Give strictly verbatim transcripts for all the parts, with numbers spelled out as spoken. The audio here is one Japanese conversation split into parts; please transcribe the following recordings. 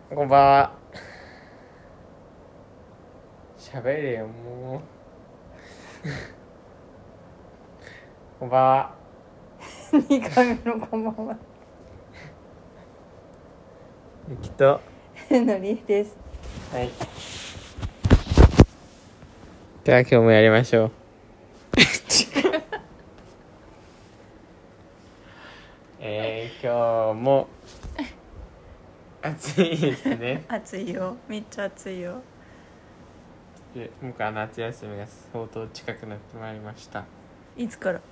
こんばんは。喋れよもうこんばんは。 にかいめのこんばんは。 ゆきとのりです。 はい。じゃあ今日もやりましょう。えー、今日も暑いですね。 暑いよ、めっちゃ暑いよ。 で、僕は夏休みが相当近くなってまいりました。 いつから？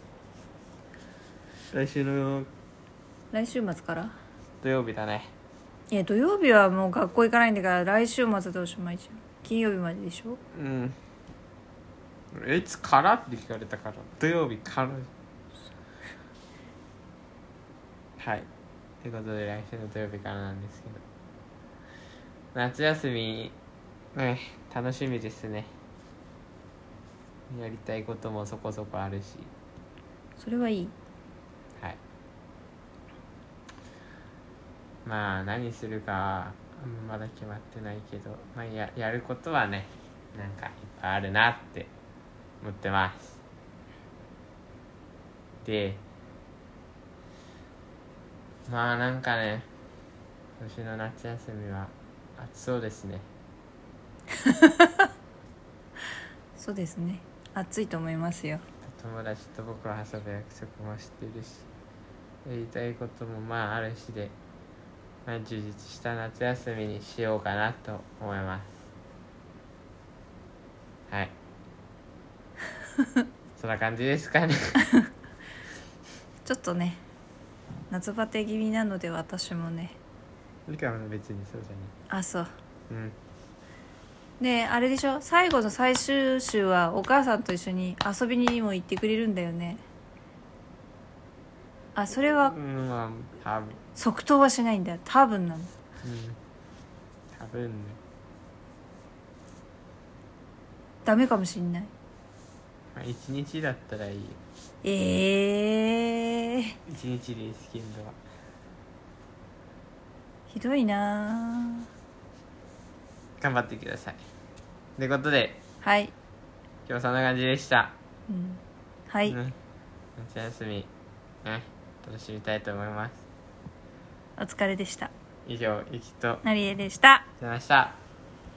来週の来週末から？ 土曜日だね。 いや、土曜日はもう学校行かないんだから、来週末どうしようもないじゃん。金曜日まででしょ。 うん。いつからって聞かれたから土曜日から。はい。ということで来週の土曜日からなんですけど、夏休みね、楽しみですね。やりたいこともそこそこあるし、 それはいい。 はい。まあ何するかはまだ決まってないけど、まあ、や, やることはね、なんかいっぱいあるなって思ってます。で、まあなんかね、今年の夏休みは暑そうですね。 そうですね、暑いと思いますよ。 友達と僕は遊ぶ約束もしてるし、やりたいこともまああるしで、まあ、充実した夏休みにしようかなと思います。はい。そんな感じですかね。 ちょっとね、夏バテ気味なので私もね。 いいかも別にそうじゃね。 あ、そう。 うん。 で、あれでしょ、最後の最終週はお母さんと一緒に遊びにも行ってくれるんだよね。あ、それは、 うん、まあ多分即答はしないんだよ、多分なんだ。 うん多分ね。 ダメかもしんない。 まあ一日だったらいいよ。 ええー、 一日レースキンドはひどいな。 頑張ってください。ということではい、 今日はそんな感じでした。 うん、はい、 ね、夏休みね、楽しみたいと思います。 お疲れでした。 以上、ゆきとなりえでした。 ありがとうございました。